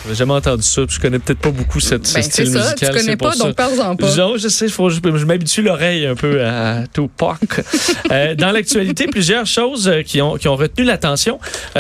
J'avais jamais entendu ça. Je connais peut-être pas beaucoup ce style musical. Tu connais pas, donc parle-en pas. Non, je sais, je m'habitue l'oreille un peu à Tupac. Dans l'actualité, plusieurs choses qui ont retenu l'attention.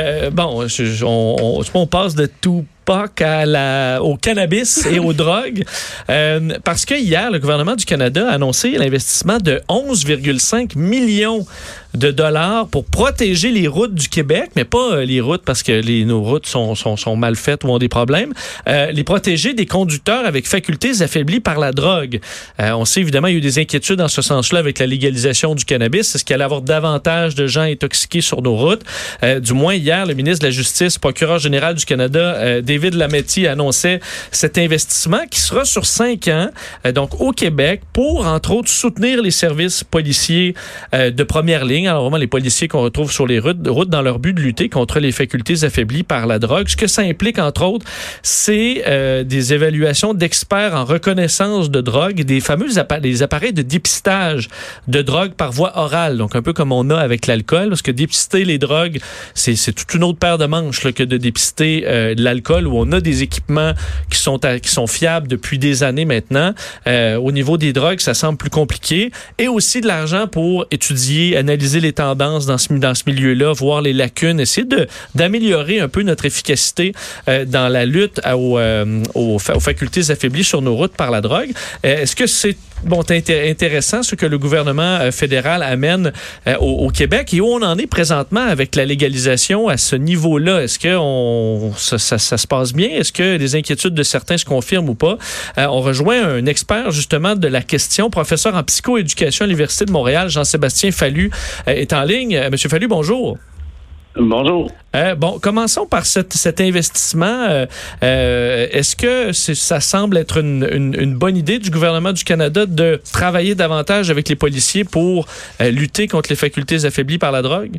On passe de Tupac au cannabis et aux drogues. Parce que hier, le gouvernement du Canada a annoncé l'investissement de 11,5 millions de dollars pour protéger les routes du Québec, mais pas les routes parce que nos routes sont mal faites ou ont des problèmes. Les protéger des conducteurs avec facultés affaiblies par la drogue. On sait évidemment, il y a eu des inquiétudes en ce sens-là avec la légalisation du cannabis. Est-ce qu'il allait y avoir davantage de gens intoxiqués sur nos routes? Du moins, hier, le ministre de la Justice, procureur général du Canada, David Lametti, annonçait cet investissement qui sera sur 5 ans, donc au Québec, pour, entre autres, soutenir les services policiers de première ligne. Alors vraiment, les policiers qu'on retrouve sur les routes dans leur but de lutter contre les facultés affaiblies par la drogue. Ce que ça implique, entre autres, c'est des évaluations d'experts en reconnaissance de drogue et des fameux des appareils de dépistage de drogue par voie orale. Donc, un peu comme on a avec l'alcool, parce que dépister les drogues, c'est toute une autre paire de manches là, que de dépister de l'alcool, où on a des équipements qui sont fiables depuis des années maintenant. Au niveau des drogues, ça semble plus compliqué. Et aussi de l'argent pour étudier, analyser les tendances dans ce milieu-là, voir les lacunes, essayer d'améliorer un peu notre efficacité dans la lutte aux facultés affaiblies sur nos routes par la drogue. Est-ce que c'est intéressant ce que le gouvernement fédéral amène au Québec et où on en est présentement avec la légalisation à ce niveau-là? Est-ce que ça se passe bien? Est-ce que les inquiétudes de certains se confirment ou pas? On rejoint un expert justement de la question, professeur en psychoéducation à l'Université de Montréal, Jean-Sébastien Fallu, est en ligne. Monsieur Fallu, bonjour. Bonjour. Commençons par cet investissement. Est-ce que ça semble être une bonne idée du gouvernement du Canada de travailler davantage avec les policiers pour lutter contre les facultés affaiblies par la drogue?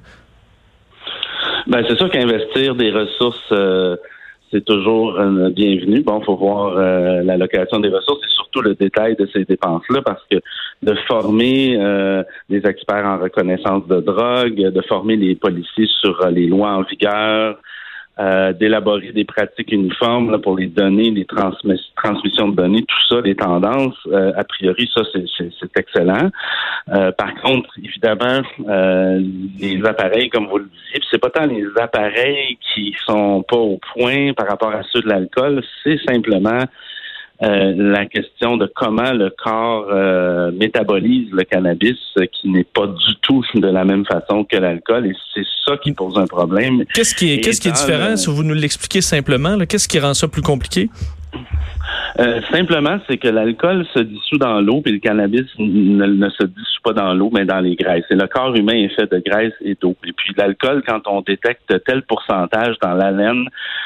Ben, c'est sûr qu'investir des ressources, c'est toujours bienvenu. Bon, faut voir l'allocation des ressources et surtout le détail de ces dépenses-là, parce que de former des experts en reconnaissance de drogue, de former les policiers sur les lois en vigueur, d'élaborer des pratiques uniformes là, pour les données, les transmissions de données, tout ça, les tendances, a priori, ça, c'est excellent. Par contre, évidemment, les appareils, comme vous le disiez, c'est pas tant les appareils qui sont pas au point par rapport à ceux de l'alcool, c'est simplement la question de comment le corps métabolise le cannabis, qui n'est pas du tout de la même façon que l'alcool, et c'est ça qui pose un problème. Qu'est-ce qui est différent, si vous nous l'expliquez simplement, là, qu'est-ce qui rend ça plus compliqué? Simplement, c'est que l'alcool se dissout dans l'eau, puis le cannabis ne se dissout pas dans l'eau, mais dans les graisses. Et le corps humain est fait de graisse et d'eau. Et puis l'alcool, quand on détecte tel pourcentage dans l'haleine,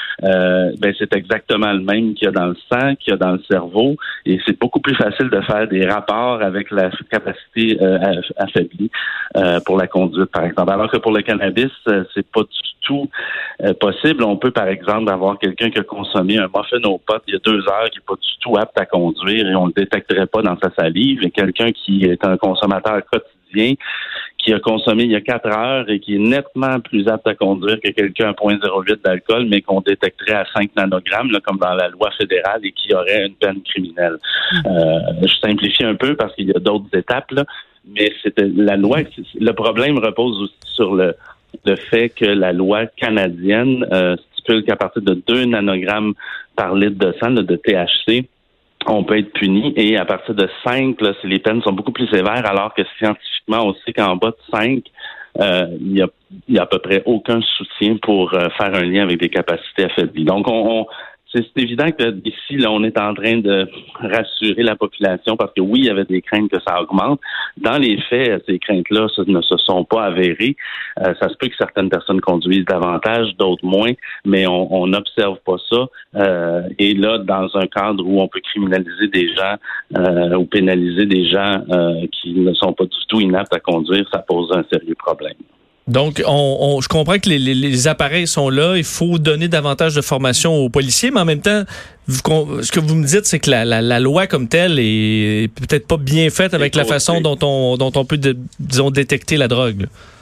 c'est exactement le même qu'il y a dans le sang, qu'il y a dans le cerveau, et c'est beaucoup plus facile de faire des rapports avec la capacité affaiblie pour la conduite, par exemple. Alors que pour le cannabis, c'est pas du tout possible. On peut, par exemple, avoir quelqu'un qui a consommé un muffin aux potes il y a 2 heures, qui n'est pas du tout apte à conduire et on ne le détecterait pas dans sa salive, et quelqu'un qui est un consommateur quotidien, qui a consommé il y a 4 heures et qui est nettement plus apte à conduire que quelqu'un à 0,08 d'alcool, mais qu'on détecterait à 5 nanogrammes, là, comme dans la loi fédérale, et qui aurait une peine criminelle. Je simplifie un peu parce qu'il y a d'autres étapes, là, mais c'était la loi. Le problème repose aussi sur le fait que la loi canadienne stipule qu'à partir de 2 nanogrammes par litre de sang, là, de THC, on peut être puni, et à partir de 5, là, les peines sont beaucoup plus sévères, alors que scientifiquement, on sait qu'en bas de 5, il y a à peu près aucun soutien pour faire un lien avec des capacités affaiblies. Donc, c'est évident que d'ici, là, on est en train de rassurer la population, parce que oui, il y avait des craintes que ça augmente. Dans les faits, ces craintes-là ne se sont pas avérées. Ça se peut que certaines personnes conduisent davantage, d'autres moins, mais on n'observe pas ça. Et là, dans un cadre où on peut criminaliser des gens ou pénaliser des gens qui ne sont pas du tout inaptes à conduire, ça pose un sérieux problème. Donc, je comprends que les appareils sont là. Il faut donner davantage de formation aux policiers, mais en même temps, ce que vous me dites, c'est que la loi comme telle est peut-être pas bien faite avec la façon dont on peut, disons, détecter la drogue.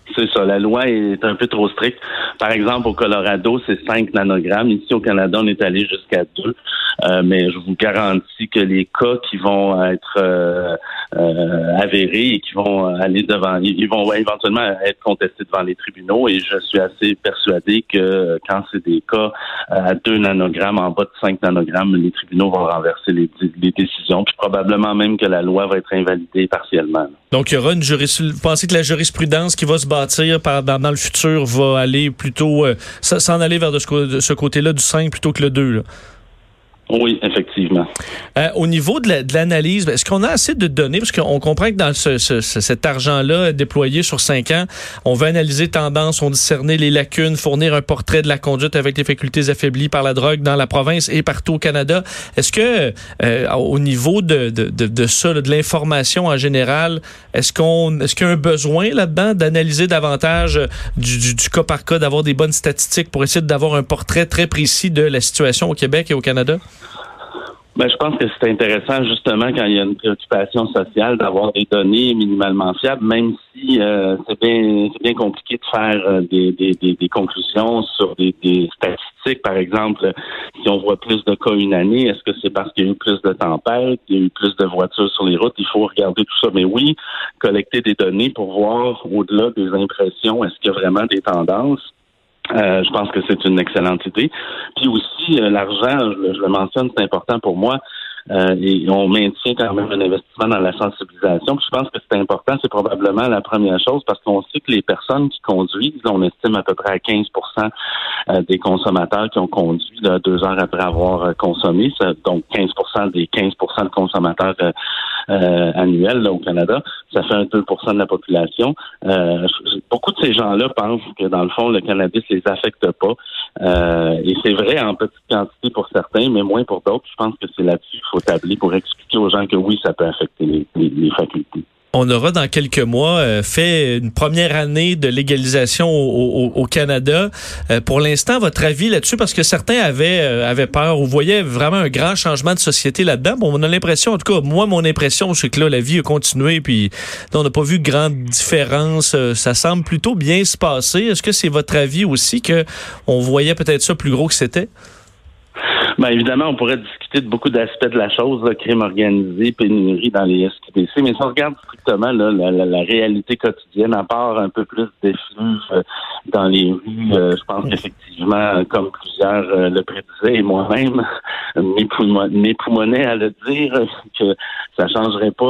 C'est ça, la loi est un peu trop stricte. Par exemple, au Colorado, c'est 5 nanogrammes. Ici, au Canada, on est allé jusqu'à 2. Mais je vous garantis que les cas qui vont être avérés et qui vont aller devant, ils vont éventuellement être contestés devant les tribunaux. Et je suis assez persuadé que quand c'est des cas à 2 nanogrammes, en bas de 5 nanogrammes, les tribunaux vont renverser les décisions. Puis probablement même que la loi va être invalidée partiellement. Donc, il y aura vous pensez que la jurisprudence qui va se bâtir dans le futur va aller plutôt s'en aller vers de ce côté-là du 5 plutôt que le 2, là? Oui, effectivement. Au niveau de l'analyse, est-ce qu'on a assez de données? Parce qu'on comprend que dans cet argent-là déployé sur 5 ans, on va analyser tendance, on discerner les lacunes, fournir un portrait de la conduite avec les facultés affaiblies par la drogue dans la province et partout au Canada. Est-ce que au niveau de ça, de l'information en général, est-ce qu'il y a un besoin là-dedans d'analyser davantage du cas par cas, d'avoir des bonnes statistiques pour essayer d'avoir un portrait très précis de la situation au Québec et au Canada? Ben, je pense que c'est intéressant, justement, quand il y a une préoccupation sociale, d'avoir des données minimalement fiables, même si c'est bien compliqué de faire des conclusions sur des statistiques. Par exemple, si on voit plus de cas une année, est-ce que c'est parce qu'il y a eu plus de tempêtes, il y a eu plus de voitures sur les routes? Il faut regarder tout ça. Mais oui, collecter des données pour voir, au-delà des impressions, est-ce qu'il y a vraiment des tendances? Je pense que c'est une excellente idée. Puis aussi, l'argent, je le mentionne, c'est important pour moi. Et on maintient quand même un investissement dans la sensibilisation. Puis je pense que c'est important, c'est probablement la première chose, parce qu'on sait que les personnes qui conduisent, on estime à peu près à 15% des consommateurs qui ont conduit 2 heures après avoir consommé, donc 15% des 15% de consommateurs annuels là, au Canada, ça fait un 2% de la population. Beaucoup de ces gens-là pensent que dans le fond, le cannabis les affecte pas. Et c'est vrai en petite quantité pour certains, mais moins pour d'autres. Je pense que c'est là-dessus qu'il faut tabler pour expliquer aux gens que oui, ça peut affecter les facultés. On aura dans quelques mois fait une première année de légalisation au Canada. Pour l'instant, votre avis là-dessus, parce que certains avaient peur ou voyaient vraiment un grand changement de société là-dedans. Bon, on a l'impression, en tout cas, moi, mon impression, c'est que là, la vie a continué, puis on n'a pas vu de grande différence. Ça semble plutôt bien se passer. Est-ce que c'est votre avis aussi que on voyait peut-être ça plus gros que c'était? Ben évidemment, on pourrait discuter de beaucoup d'aspects de la chose, là, crime organisé, pénurie dans les SQDC, mais si on regarde strictement là, la réalité quotidienne, à part un peu plus d'effluves dans les rues, je pense qu'effectivement, comme plusieurs le prédisaient, et moi-même, m'époumonais à le dire, que ça changerait pas,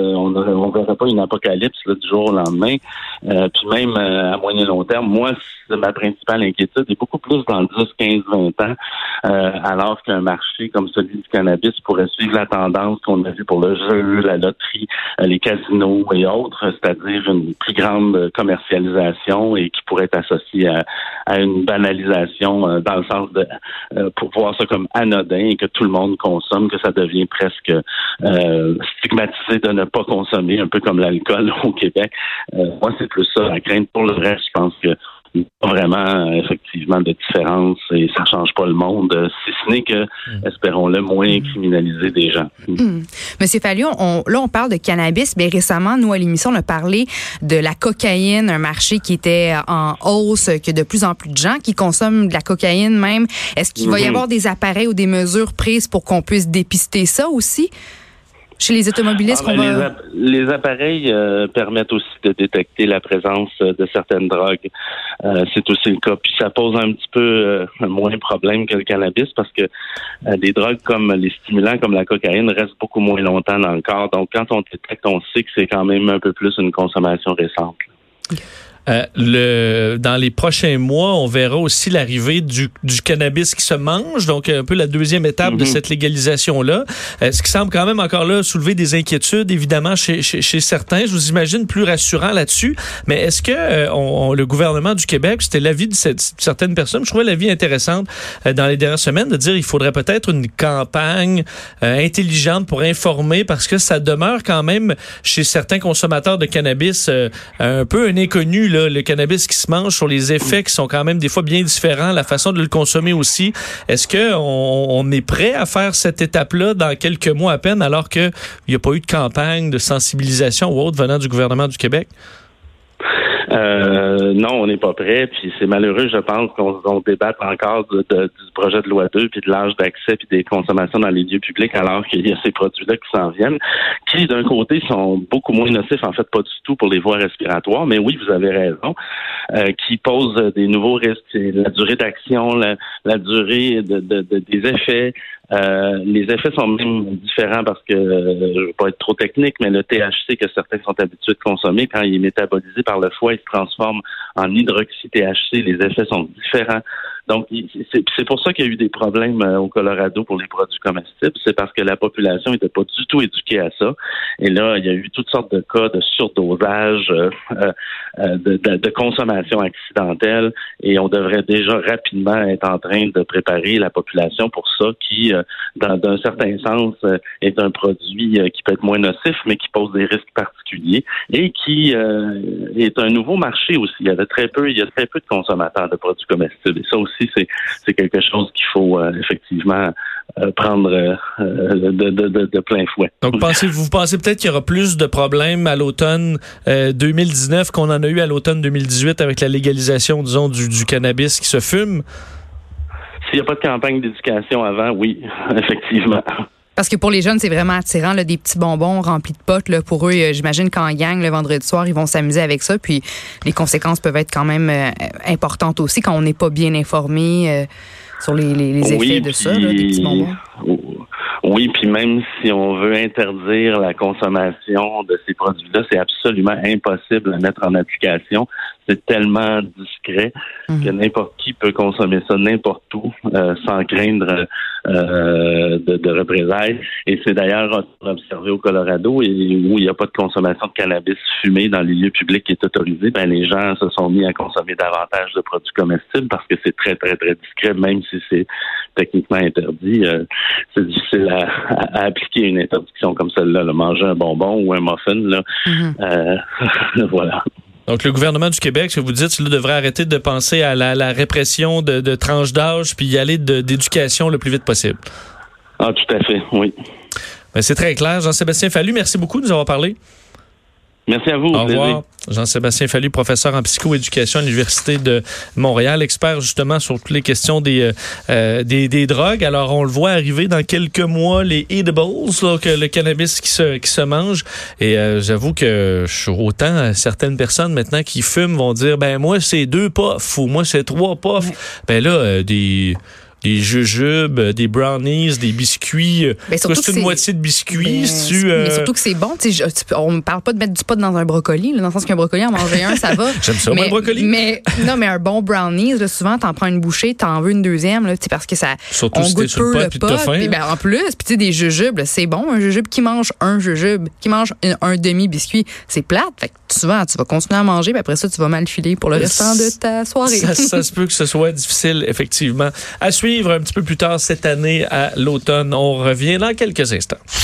on verrait pas une apocalypse là, du jour au lendemain. Puis même à moyen long terme, moi, ma principale inquiétude est beaucoup plus dans le 10, 15, 20 ans, alors qu'un marché comme celui du cannabis pourrait suivre la tendance qu'on a vue pour le jeu, la loterie, les casinos et autres, c'est-à-dire une plus grande commercialisation et qui pourrait être associée à une banalisation dans le sens de pour voir ça comme anodin et que tout le monde consomme, que ça devient presque stigmatisé de ne pas consommer, un peu comme l'alcool au Québec. Moi, c'est plus ça, la crainte. Pour le reste, je pense que il n'y a pas vraiment, effectivement, de différence et ça ne change pas le monde, si ce n'est que, espérons-le, moins criminaliser des gens. Monsieur Fallu, on parle de cannabis, mais récemment, nous, à l'émission, on a parlé de la cocaïne, un marché qui était en hausse, que de plus en plus de gens qui consomment de la cocaïne même. Est-ce qu'il va y avoir des appareils ou des mesures prises pour qu'on puisse dépister ça aussi? Chez les automobilistes, les appareils permettent aussi de détecter la présence de certaines drogues. C'est aussi le cas. Puis ça pose un petit peu moins de problème que le cannabis parce que des drogues comme les stimulants, comme la cocaïne, restent beaucoup moins longtemps dans le corps. Donc, quand on détecte, on sait que c'est quand même un peu plus une consommation récente. Dans les prochains mois, on verra aussi l'arrivée du cannabis qui se mange, donc un peu la deuxième étape de cette légalisation-là. Ce qui semble quand même encore là soulever des inquiétudes, évidemment, chez certains. Je vous imagine plus rassurant là-dessus. Mais est-ce que le gouvernement du Québec, c'était l'avis de certaines personnes, je trouvais l'avis intéressante dans les dernières semaines, de dire qu'il faudrait peut-être une campagne intelligente pour informer, parce que ça demeure quand même chez certains consommateurs de cannabis un peu un inconnu, là, le cannabis qui se mange, sur les effets qui sont quand même des fois bien différents, la façon de le consommer aussi. Est-ce qu'on est prêt à faire cette étape-là dans quelques mois à peine, alors qu'il n'y a pas eu de campagne de sensibilisation ou autre venant du gouvernement du Québec? Non, on n'est pas prêt. Puis c'est malheureux, je pense, qu'on débatte encore du projet de loi 2 puis de l'âge d'accès puis des consommations dans les lieux publics alors qu'il y a ces produits-là qui s'en viennent, qui d'un côté sont beaucoup moins nocifs, en fait pas du tout pour les voies respiratoires, mais oui, vous avez raison, qui posent des nouveaux risques. C'est la durée d'action, la durée des effets. Les effets sont même différents parce que, je ne veux pas être trop technique, mais le THC que certains sont habitués de consommer, quand il est métabolisé par le foie, il se transforme en hydroxy-THC. Les effets sont différents. Donc, c'est pour ça qu'il y a eu des problèmes au Colorado pour les produits comestibles. C'est parce que la population n'était pas du tout éduquée à ça. Et là, il y a eu toutes sortes de cas de surdosage, de consommation accidentelle. Et on devrait déjà rapidement être en train de préparer la population pour ça, qui, d'un certain sens, est un produit qui peut être moins nocif, mais qui pose des risques particuliers et qui est un nouveau marché aussi. Il y a très peu de consommateurs de produits comestibles. Et ça aussi, c'est quelque chose qu'il faut effectivement prendre de plein fouet. Donc, vous pensez peut-être qu'il y aura plus de problèmes à l'automne 2019 qu'on en a eu à l'automne 2018 avec la légalisation, disons, du cannabis qui se fume? S'il n'y a pas de campagne d'éducation avant, oui, effectivement. Parce que pour les jeunes, c'est vraiment attirant, là, des petits bonbons remplis de potes. Là, pour eux, j'imagine qu'en gang, le vendredi soir, ils vont s'amuser avec ça. Puis les conséquences peuvent être quand même importantes aussi quand on n'est pas bien informé sur les effets de ça, là, des petits bonbons. Oui, puis même si on veut interdire la consommation de ces produits-là, c'est absolument impossible à mettre en application. C'est tellement discret que n'importe qui peut consommer ça n'importe où sans craindre de représailles. Et c'est d'ailleurs observé au Colorado où il n'y a pas de consommation de cannabis fumé dans les lieux publics qui est autorisé. Ben les gens se sont mis à consommer davantage de produits comestibles parce que c'est très, très, très discret, même si c'est techniquement interdit. C'est difficile à appliquer une interdiction comme celle-là. Là, manger un bonbon ou un muffin, là, voilà. Donc, le gouvernement du Québec, ce que vous dites, là, devrait arrêter de penser à la répression de tranches d'âge puis y aller d'éducation le plus vite possible. Ah, tout à fait, oui. Ben, c'est très clair. Jean-Sébastien Fallu, merci beaucoup de nous avoir parlé. Merci à vous. Au revoir. Jean-Sébastien Fallu, professeur en psychoéducation à l'Université de Montréal, expert justement sur toutes les questions des drogues. Alors, on le voit arriver dans quelques mois, les edibles, là, que le cannabis qui se mange. Et j'avoue que autant certaines personnes maintenant qui fument vont dire, ben moi, c'est 2 puffs ou moi, c'est 3 puffs. Ouais. Ben là, des jujubes, des brownies, des biscuits. C'est une moitié de biscuits. Mais surtout que c'est bon. On ne parle pas de mettre du pot dans un brocoli. Là, dans le sens qu'un brocoli, en manger un, ça va. J'aime ça, moi, le brocoli. Mais un bon brownies, là, souvent, t'en prends une bouchée, t'en veux une deuxième, là, parce que ça. Surtout on si goûte peu le pot. En plus, puis des jujubes, là, c'est bon. Un jujube qui mange un jujube, qui mange un demi-biscuit, c'est plate. Fait que souvent, tu vas continuer à manger, puis après ça, tu vas mal filer pour le restant de ta soirée. Ça se peut que ce soit difficile, effectivement. À suivre un petit peu plus tard cette année à l'automne. On revient dans quelques instants.